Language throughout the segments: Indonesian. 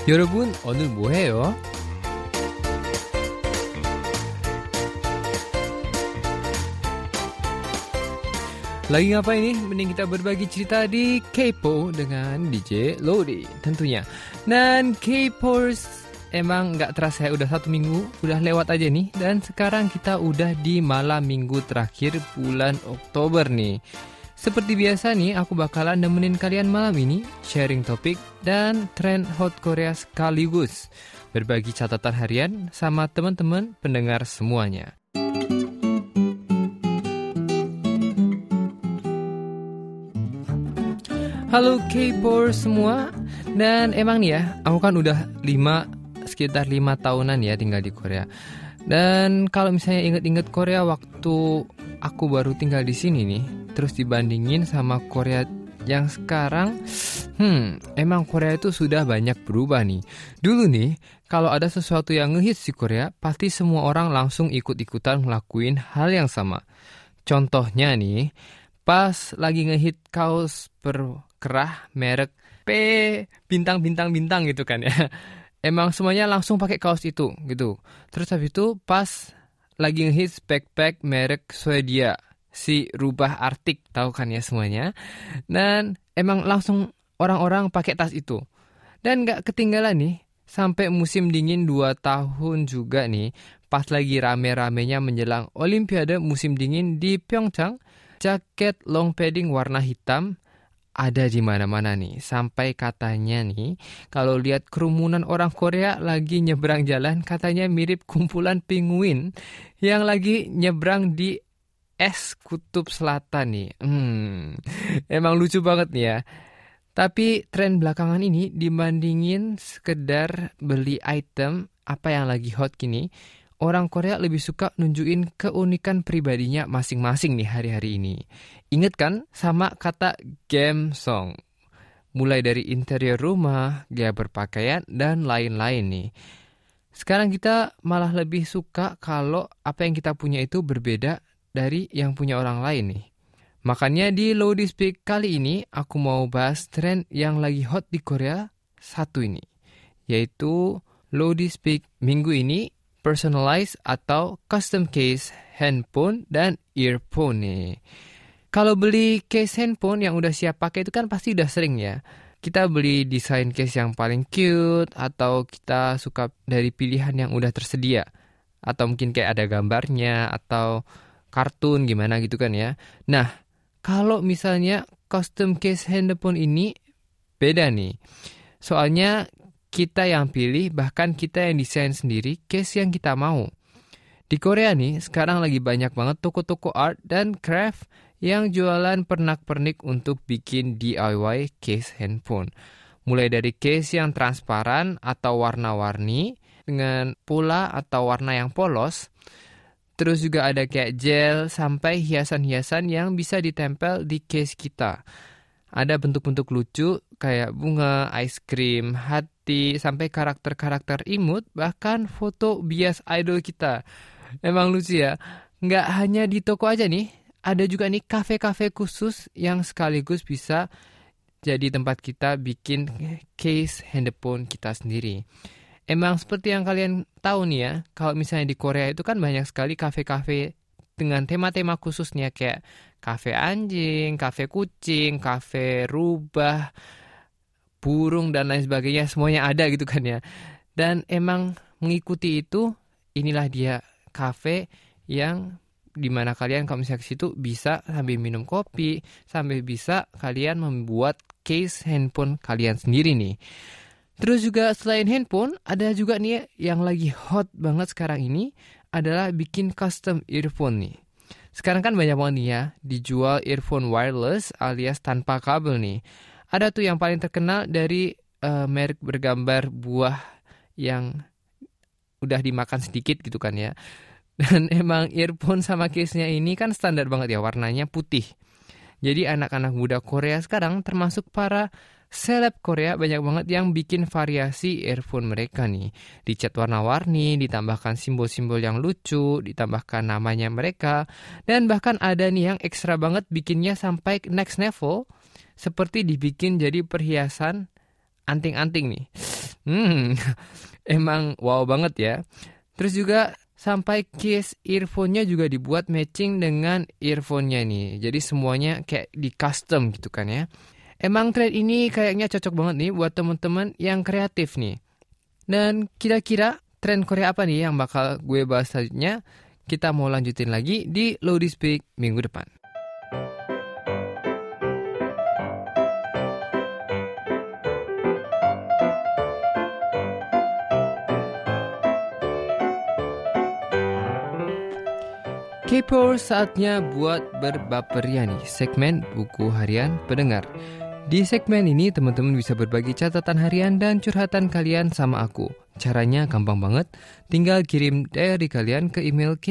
여러분, 오늘 뭐해요? Lagi ngapain nih? Mending kita berbagi cerita di Kepo dengan DJ Lodi tentunya. Dan Kepors, emang gak terasa ya, udah 1 minggu, udah lewat aja nih. Dan sekarang kita udah di malam minggu terakhir bulan Oktober nih. Seperti biasa nih, aku bakalan nemenin kalian malam ini, sharing topik dan tren hot Korea sekaligus berbagi catatan harian sama teman-teman pendengar semuanya. Halo K-Popers semua. Dan emang nih ya, aku kan udah sekitar 5 tahunan ya tinggal di Korea. Dan kalau misalnya inget-inget Korea waktu aku baru tinggal di sini nih, terus dibandingin sama Korea yang sekarang, emang Korea itu sudah banyak berubah nih. Dulu nih, kalau ada sesuatu yang ngehits di Korea, pasti semua orang langsung ikut-ikutan ngelakuin hal yang sama. Contohnya nih, pas lagi ngehit kaos berkerah merek P bintang gitu kan ya. Emang semuanya langsung pakai kaos itu gitu. Terus habis itu pas lagi ngehit backpack merek Swedia, si rubah Arctic, tahu kan ya semuanya. Dan emang langsung orang-orang pakai tas itu. Dan gak ketinggalan nih, sampai musim dingin 2 tahun juga nih, pas lagi rame-ramenya menjelang Olimpiade musim dingin di Pyeongchang, jaket long padding warna hitam ada di mana-mana nih. Sampai katanya nih, kalau lihat kerumunan orang Korea lagi nyebrang jalan, katanya mirip kumpulan penguin yang lagi nyebrang di es kutub selatan nih. Emang lucu banget nih ya. Tapi tren belakangan ini dibandingin sekedar beli item apa yang lagi hot kini, orang Korea lebih suka nunjukin keunikan pribadinya masing-masing nih hari-hari ini. Ingat kan sama kata gamsong? Mulai dari interior rumah, gaya berpakaian, dan lain-lain nih. Sekarang kita malah lebih suka kalau apa yang kita punya itu berbeda dari yang punya orang lain nih. Makanya di Lodi Speak kali ini aku mau bahas tren yang lagi hot di Korea satu ini. Yaitu Lodi Speak minggu ini, personalized atau custom case handphone dan earphone nih. Kalau beli case handphone yang udah siap pakai itu kan pasti udah sering ya. Kita beli desain case yang paling cute atau kita suka dari pilihan yang udah tersedia. Atau mungkin kayak ada gambarnya atau kartun gimana gitu kan ya. Nah, kalau misalnya custom case handphone ini beda nih. Soalnya kita yang pilih, bahkan kita yang desain sendiri case yang kita mau. Di Korea nih, sekarang lagi banyak banget toko-toko art dan craft yang jualan pernak-pernik untuk bikin DIY case handphone. Mulai dari case yang transparan atau warna-warni dengan pola atau warna yang polos. Terus juga ada kayak gel sampai hiasan-hiasan yang bisa ditempel di case kita. Ada bentuk-bentuk lucu kayak bunga, ice cream, hati, sampai karakter-karakter imut, bahkan foto bias idol kita. Emang lucu ya. Nggak hanya di toko aja nih, ada juga nih kafe-kafe khusus yang sekaligus bisa jadi tempat kita bikin case handphone kita sendiri. Emang seperti yang kalian tahu nih ya, kalau misalnya di Korea itu kan banyak sekali kafe-kafe dengan tema-tema khususnya kayak kafe anjing, kafe kucing, kafe rubah, burung, dan lain sebagainya. Semuanya ada gitu kan ya. Dan emang mengikuti itu, inilah dia kafe yang dimana kalian kalau misalnya ke situ bisa sambil minum kopi, sambil bisa kalian membuat case handphone kalian sendiri nih. Terus juga selain handphone, ada juga nih yang lagi hot banget sekarang ini adalah bikin custom earphone nih. Sekarang kan banyak banget nih ya dijual earphone wireless alias tanpa kabel nih. Ada tuh yang paling terkenal dari merek bergambar buah yang udah dimakan sedikit gitu kan ya. Dan emang earphone sama case-nya ini kan standar banget ya, warnanya putih. Jadi anak-anak muda Korea sekarang termasuk para seleb Korea banyak banget yang bikin variasi earphone mereka nih. Dicat warna-warni, ditambahkan simbol-simbol yang lucu, ditambahkan namanya mereka. Dan bahkan ada nih yang ekstra banget bikinnya sampai next level, seperti dibikin jadi perhiasan anting-anting nih. Hmm, emang wow banget ya. Terus juga sampai case earphone-nya juga dibuat matching dengan earphone-nya nih. Jadi semuanya kayak di custom gitu kan ya. Emang tren ini kayaknya cocok banget nih buat teman-teman yang kreatif nih. Dan kira-kira tren Korea apa nih yang bakal gue bahas selanjutnya? Kita mau lanjutin lagi di Lodi Speak minggu depan. K-Power saatnya buat berbaperia nih, segmen buku harian pendengar. Di segmen ini teman-teman bisa berbagi catatan harian dan curhatan kalian sama aku. Caranya gampang banget, tinggal kirim diary kalian ke email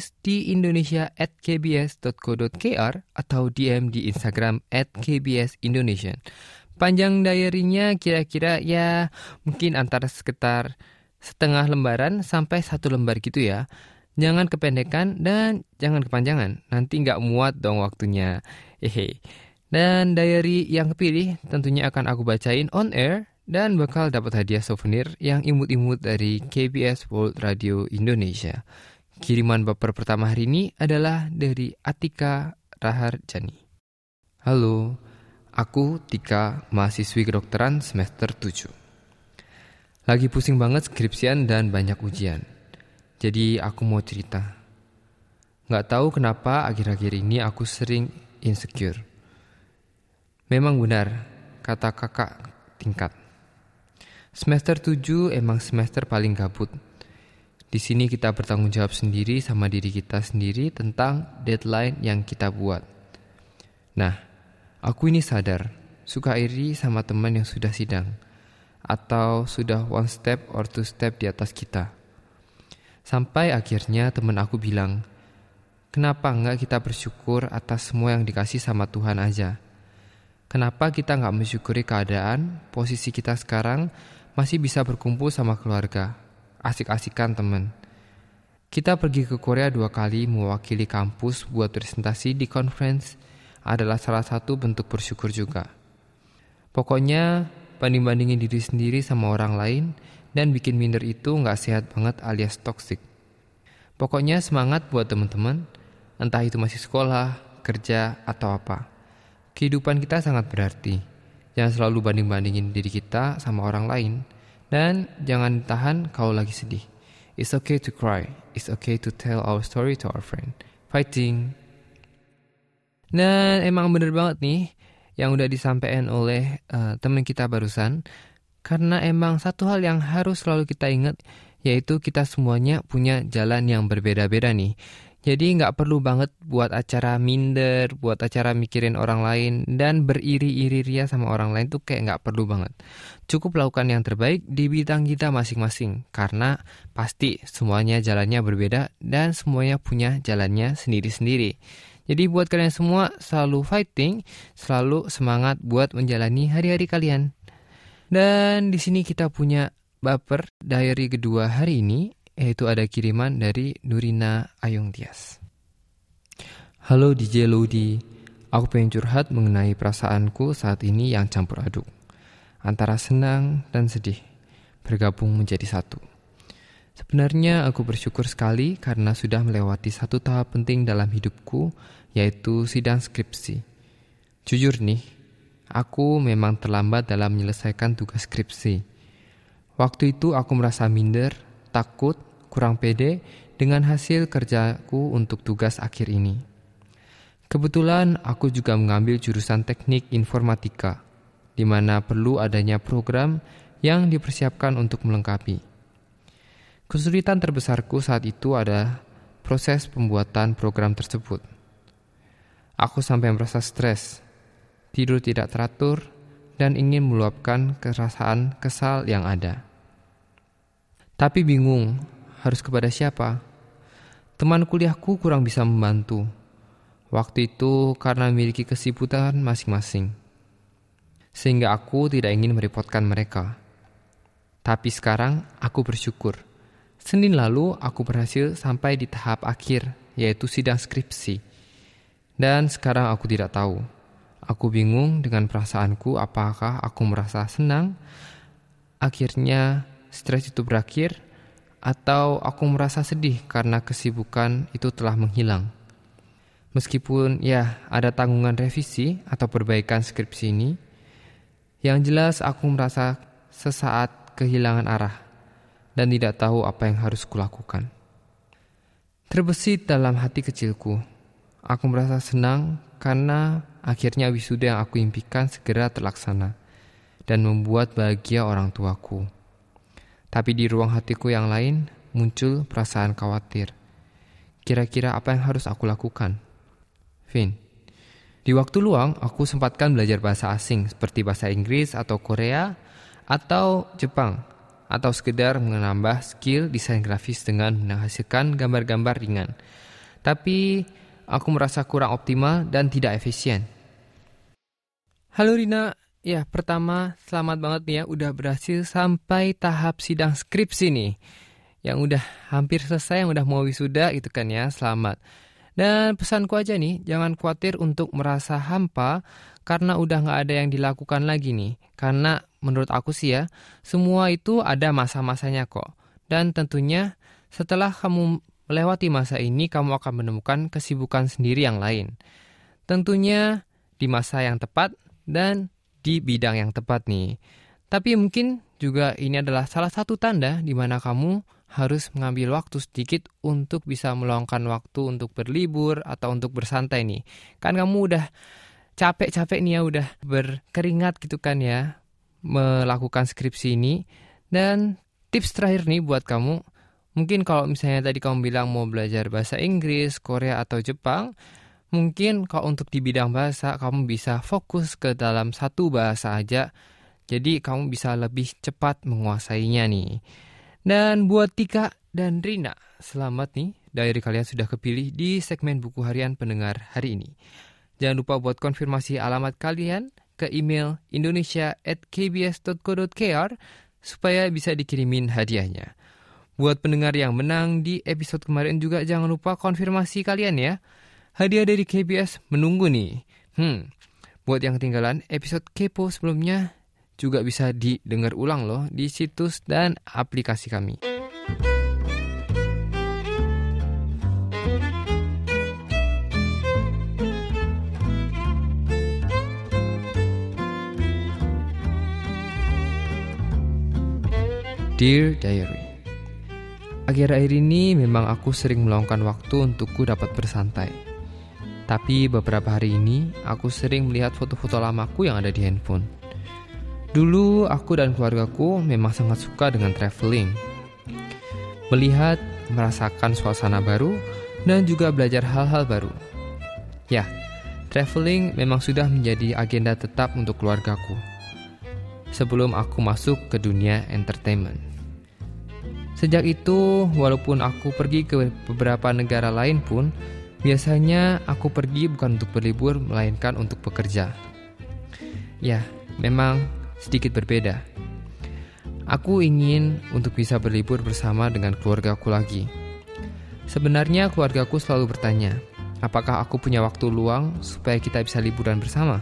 kbsdiindonesia@kbs.co.kr atau DM di Instagram @kbsindonesia. Panjang diary-nya kira-kira ya mungkin antara sekitar setengah lembaran sampai 1 lembar gitu ya. Jangan kependekan dan jangan kepanjangan. Nanti nggak muat dong waktunya. Hehe. Dan diary yang kepilih tentunya akan aku bacain on air dan bakal dapat hadiah souvenir yang imut-imut dari KBS World Radio Indonesia. Kiriman baper pertama hari ini adalah dari Atika Raharjani. Halo, aku Tika, mahasiswi kedokteran semester 7. Lagi pusing banget skripsian dan banyak ujian. Jadi aku mau cerita. Gak tahu kenapa akhir-akhir ini aku sering insecure. Memang benar, kata kakak tingkat. Semester 7 emang semester paling gabut. Di sini kita bertanggung jawab sendiri sama diri kita sendiri tentang deadline yang kita buat. Nah, aku ini sadar, suka iri sama teman yang sudah sidang. Atau sudah one step or two step di atas kita. Sampai akhirnya teman aku bilang, kenapa enggak kita bersyukur atas semua yang dikasih sama Tuhan aja? Kenapa kita enggak mensyukuri keadaan, posisi kita sekarang masih bisa berkumpul sama keluarga, asik-asikan teman. Kita pergi ke Korea 2 kali mewakili kampus buat presentasi di conference adalah salah satu bentuk bersyukur juga. Pokoknya banding-bandingin diri sendiri sama orang lain dan bikin minder itu gak sehat banget alias toksik. Pokoknya semangat buat teman-teman, entah itu masih sekolah, kerja, atau apa. Kehidupan kita sangat berarti. Jangan selalu banding-bandingin diri kita sama orang lain. Dan jangan tahan kalau lagi sedih. It's okay to cry. It's okay to tell our story to our friend. Fighting! Dan emang bener banget nih yang udah disampaikan oleh teman kita barusan. Karena emang satu hal yang harus selalu kita ingat, yaitu kita semuanya punya jalan yang berbeda-beda nih. Jadi gak perlu banget buat acara minder, buat acara mikirin orang lain, dan beriri-iri ria sama orang lain tuh kayak gak perlu banget. Cukup lakukan yang terbaik di bidang kita masing-masing, karena pasti semuanya jalannya berbeda dan semuanya punya jalannya sendiri-sendiri. Jadi buat kalian semua selalu fighting, selalu semangat buat menjalani hari-hari kalian. Dan di sini kita punya baper diary kedua hari ini, yaitu ada kiriman dari Nurina Ayung Tias. Halo DJ Lodi, aku pengen curhat mengenai perasaanku saat ini yang campur aduk. Antara senang dan sedih, bergabung menjadi satu. Sebenarnya aku bersyukur sekali karena sudah melewati satu tahap penting dalam hidupku, yaitu sidang skripsi. Jujur nih, aku memang terlambat dalam menyelesaikan tugas skripsi. Waktu itu aku merasa minder, takut, kurang pede dengan hasil kerjaku untuk tugas akhir ini. Kebetulan aku juga mengambil jurusan teknik informatika, di mana perlu adanya program yang dipersiapkan untuk melengkapi. Kesulitan terbesarku saat itu adalah proses pembuatan program tersebut. Aku sampai merasa stres, tidur tidak teratur, dan ingin meluapkan perasaan kesal yang ada. Tapi bingung, harus kepada siapa? Teman kuliahku kurang bisa membantu. Waktu itu karena memiliki kesibukan masing-masing. Sehingga aku tidak ingin merepotkan mereka. Tapi sekarang aku bersyukur. Senin lalu aku berhasil sampai di tahap akhir, yaitu sidang skripsi. Dan sekarang aku tidak tahu. Aku bingung dengan perasaanku, apakah aku merasa senang akhirnya stres itu berakhir, atau aku merasa sedih karena kesibukan itu telah menghilang. Meskipun ada tanggungan revisi atau perbaikan skripsi ini, yang jelas aku merasa sesaat kehilangan arah dan tidak tahu apa yang harus kulakukan. Terbesit dalam hati kecilku, aku merasa senang karena akhirnya wisuda yang aku impikan segera terlaksana dan membuat bahagia orang tuaku. Tapi di ruang hatiku yang lain muncul perasaan khawatir. Kira-kira apa yang harus aku lakukan? Vin, di waktu luang aku sempatkan belajar bahasa asing seperti bahasa Inggris atau Korea atau Jepang, atau sekedar menambah skill desain grafis dengan menghasilkan gambar-gambar ringan. Tapi aku merasa kurang optimal dan tidak efisien. Halo Rina, pertama selamat banget nih ya udah berhasil sampai tahap sidang skripsi nih. Yang udah hampir selesai, yang udah mau wisuda gitu kan ya, selamat. Dan pesanku aja nih, jangan khawatir untuk merasa hampa karena udah gak ada yang dilakukan lagi nih. Karena menurut aku sih ya, semua itu ada masa-masanya kok. Dan tentunya setelah kamu melewati masa ini, kamu akan menemukan kesibukan sendiri yang lain. Tentunya di masa yang tepat dan di bidang yang tepat nih. Tapi mungkin juga ini adalah salah satu tanda di mana kamu harus mengambil waktu sedikit untuk bisa meluangkan waktu untuk berlibur atau untuk bersantai nih. Kan kamu udah capek-capek nih ya, udah berkeringat gitu kan ya, melakukan skripsi ini. Dan tips terakhir nih buat kamu, mungkin kalau misalnya tadi kamu bilang mau belajar bahasa Inggris, Korea atau Jepang, mungkin kalau untuk di bidang bahasa kamu bisa fokus ke dalam satu bahasa aja. Jadi kamu bisa lebih cepat menguasainya nih. Dan buat Tika dan Rina, selamat nih, diary kalian sudah kepilih di segmen buku harian pendengar hari ini. Jangan lupa buat konfirmasi alamat kalian ke email indonesia@kbs.co.kr supaya bisa dikirimin hadiahnya. Buat pendengar yang menang di episode kemarin juga jangan lupa konfirmasi kalian ya. Hadiah dari KBS menunggu nih. Buat yang ketinggalan episode Kepo sebelumnya juga bisa didengar ulang loh di situs dan aplikasi kami. Dear Diary, akhir-akhir ini memang aku sering meluangkan waktu untukku dapat bersantai. Tapi beberapa hari ini aku sering melihat foto-foto lamaku yang ada di handphone. Dulu aku dan keluargaku memang sangat suka dengan traveling. Melihat, merasakan suasana baru, dan juga belajar hal-hal baru. Ya, traveling memang sudah menjadi agenda tetap untuk keluargaku. Sebelum aku masuk ke dunia entertainment. Sejak itu, walaupun aku pergi ke beberapa negara lain pun, biasanya aku pergi bukan untuk berlibur, melainkan untuk bekerja. Ya, memang sedikit berbeda. Aku ingin untuk bisa berlibur bersama dengan keluargaku lagi. Sebenarnya keluargaku selalu bertanya, apakah aku punya waktu luang supaya kita bisa liburan bersama?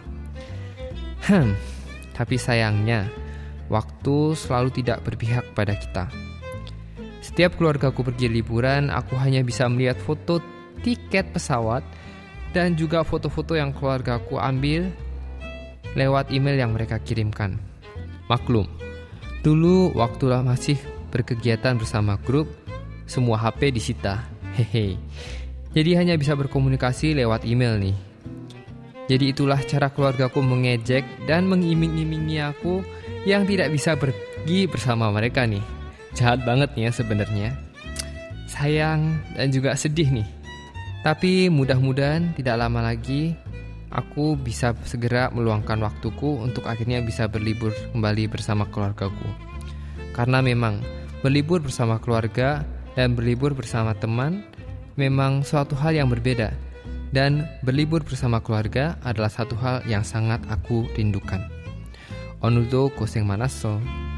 Tapi sayangnya, waktu selalu tidak berpihak pada kita. Setiap keluargaku pergi liburan, aku hanya bisa melihat foto tiket pesawat dan juga foto-foto yang keluargaku ambil lewat email yang mereka kirimkan. Maklum, dulu waktu masih berkegiatan bersama grup, semua HP disita. Jadi hanya bisa berkomunikasi lewat email nih. Jadi itulah cara keluargaku mengejek dan mengiming-imingi aku yang tidak bisa pergi bersama mereka nih. Jahat banget nih ya sebenarnya. Sayang dan juga sedih nih. Tapi mudah-mudahan tidak lama lagi aku bisa segera meluangkan waktuku untuk akhirnya bisa berlibur kembali bersama keluargaku. Karena memang berlibur bersama keluarga dan berlibur bersama teman memang suatu hal yang berbeda. Dan berlibur bersama keluarga adalah satu hal yang sangat aku rindukan. 오늘도 고생 많았어.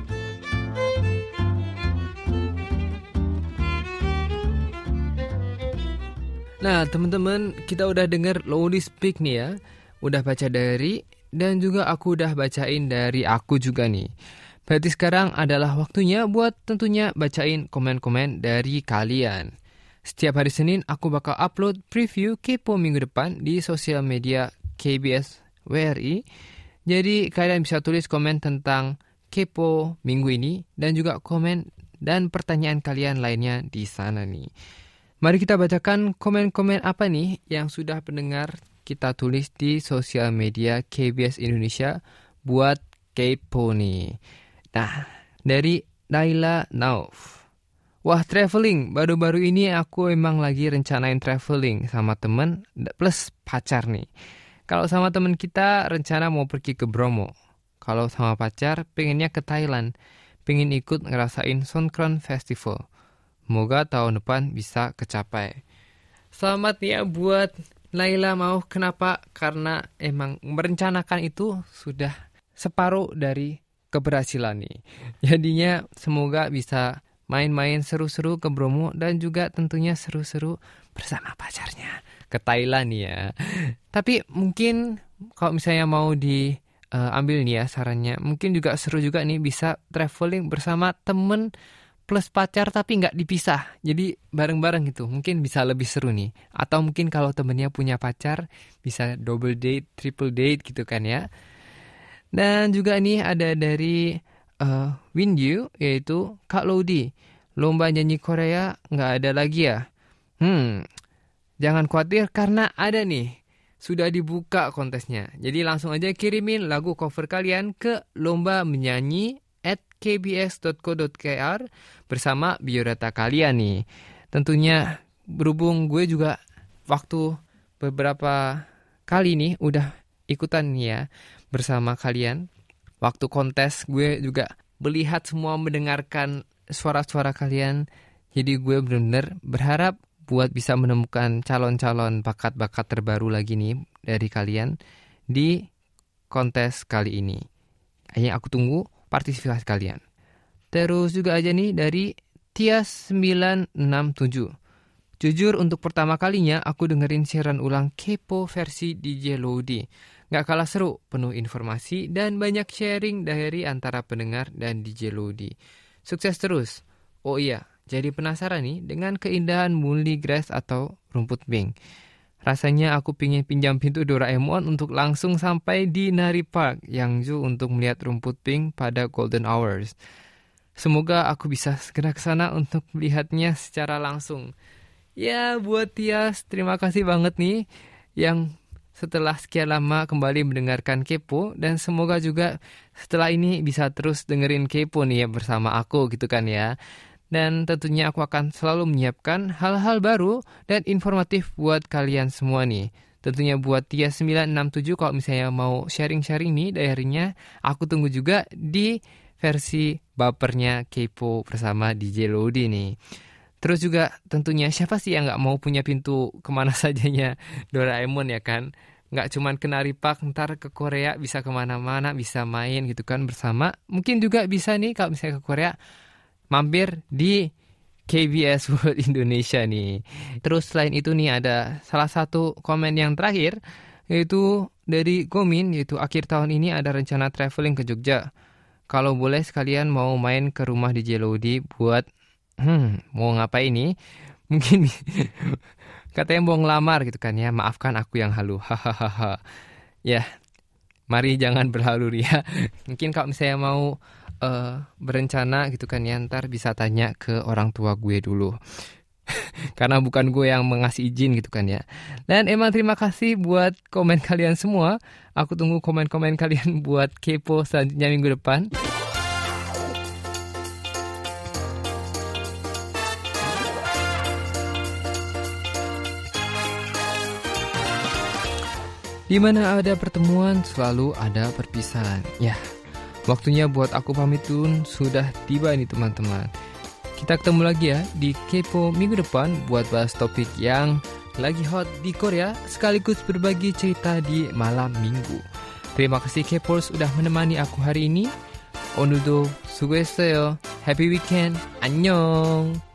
Nah teman-teman, kita udah denger Lowly Speak nih ya. Udah baca dari, dan juga aku udah bacain dari aku juga nih. Berarti sekarang adalah waktunya buat tentunya bacain komen-komen dari kalian. Setiap hari Senin aku bakal upload preview Kepo minggu depan di sosial media KBS WRI. Jadi kalian bisa tulis komen tentang Kepo minggu ini dan juga komen dan pertanyaan kalian lainnya di sana nih. Mari kita bacakan komen-komen apa nih yang sudah pendengar kita tulis di sosial media KBS Indonesia buat Kepo nih. Nah, dari Naila Nauf. Wah, traveling. Baru-baru ini aku emang lagi rencanain traveling sama temen plus pacar nih. Kalau sama temen kita rencana mau pergi ke Bromo. Kalau sama pacar pengennya ke Thailand. Pengen ikut ngerasain Songkran Festival. Semoga tahun depan bisa kecapai. Selamat ya buat Naila mau. Kenapa? Karena emang merencanakan itu sudah separuh dari keberhasilan nih. Jadinya semoga bisa main-main seru-seru ke Bromo dan juga tentunya seru-seru bersama pacarnya ke Thailand ya. Tapi mungkin kalau misalnya mau diambil nih ya sarannya, mungkin juga seru juga nih bisa traveling bersama temen plus pacar tapi nggak dipisah. Jadi bareng-bareng gitu. Mungkin bisa lebih seru nih. Atau mungkin kalau temennya punya pacar bisa double date, triple date gitu kan ya. Dan juga nih ada dari Windu, yaitu Kak Lodi. Lomba nyanyi Korea nggak ada lagi ya? Jangan khawatir karena ada nih. Sudah dibuka kontesnya. Jadi langsung aja kirimin lagu cover kalian ke lomba menyanyi @kbs.co.kr bersama biodata kalian nih. Tentunya berhubung gue juga waktu beberapa kali nih udah ikutan nih ya bersama kalian. Waktu kontes gue juga melihat semua mendengarkan suara-suara kalian. Jadi gue benar-benar berharap buat bisa menemukan calon-calon bakat-bakat terbaru lagi nih dari kalian di kontes kali ini. Hanya aku tunggu partisipasi kalian. Terus juga aja nih dari Tias967. Jujur untuk pertama kalinya aku dengerin siaran ulang Kepo versi DJ Lodi. Gak kalah seru, penuh informasi dan banyak sharing dari antara pendengar dan DJ Lodi. Sukses terus. Oh iya, jadi penasaran nih dengan keindahan Moonly Grass atau rumput pink. Rasanya aku pingin pinjam pintu Doraemon untuk langsung sampai di Nari Park, Yangju untuk melihat rumput pink pada golden hours. Semoga aku bisa segera ke sana untuk melihatnya secara langsung. Ya, buat Tias, terima kasih banget nih yang setelah sekian lama kembali mendengarkan Kepo, dan semoga juga setelah ini bisa terus dengerin Kepo nih ya bersama aku gitu kan ya. Dan tentunya aku akan selalu menyiapkan hal-hal baru dan informatif buat kalian semua nih. Tentunya buat Tia967 kalau misalnya mau sharing-sharing nih diary-nya, aku tunggu juga di versi bapernya Kepo bersama DJ Lodi nih. Terus juga tentunya siapa sih yang gak mau punya pintu kemana sajanya Doraemon ya kan? Gak cuman ke Nari Park, ntar ke Korea bisa kemana-mana, bisa main gitu kan bersama. Mungkin juga bisa nih kalau misalnya ke Korea, mampir di KBS World Indonesia nih. Terus selain itu nih ada salah satu komen yang terakhir, yaitu dari Gomin, yaitu akhir tahun ini ada rencana traveling ke Jogja. Kalau boleh sekalian mau main ke rumah DJ Lodi buat mau ngapain nih? Mungkin katanya mau ngelamar gitu kan ya. Maafkan aku yang halu. Hahaha. Ya, mari jangan berhalu ya. Mungkin kalau misalnya mau berencana gitu kan ya, ntar bisa tanya ke orang tua gue dulu. Karena bukan gue yang mengasih izin gitu kan ya. Dan emang terima kasih buat komen kalian semua. Aku tunggu komen-komen kalian buat Kepo selanjutnya minggu depan. Di mana ada pertemuan, selalu ada perpisahan. Ya, waktunya buat aku pamit dulu, sudah tiba nih teman-teman. Kita ketemu lagi ya di Kepo minggu depan buat bahas topik yang lagi hot di Korea, sekaligus berbagi cerita di malam minggu. Terima kasih Kepors udah menemani aku hari ini. 오늘도 수고했어요. Happy weekend. 안녕.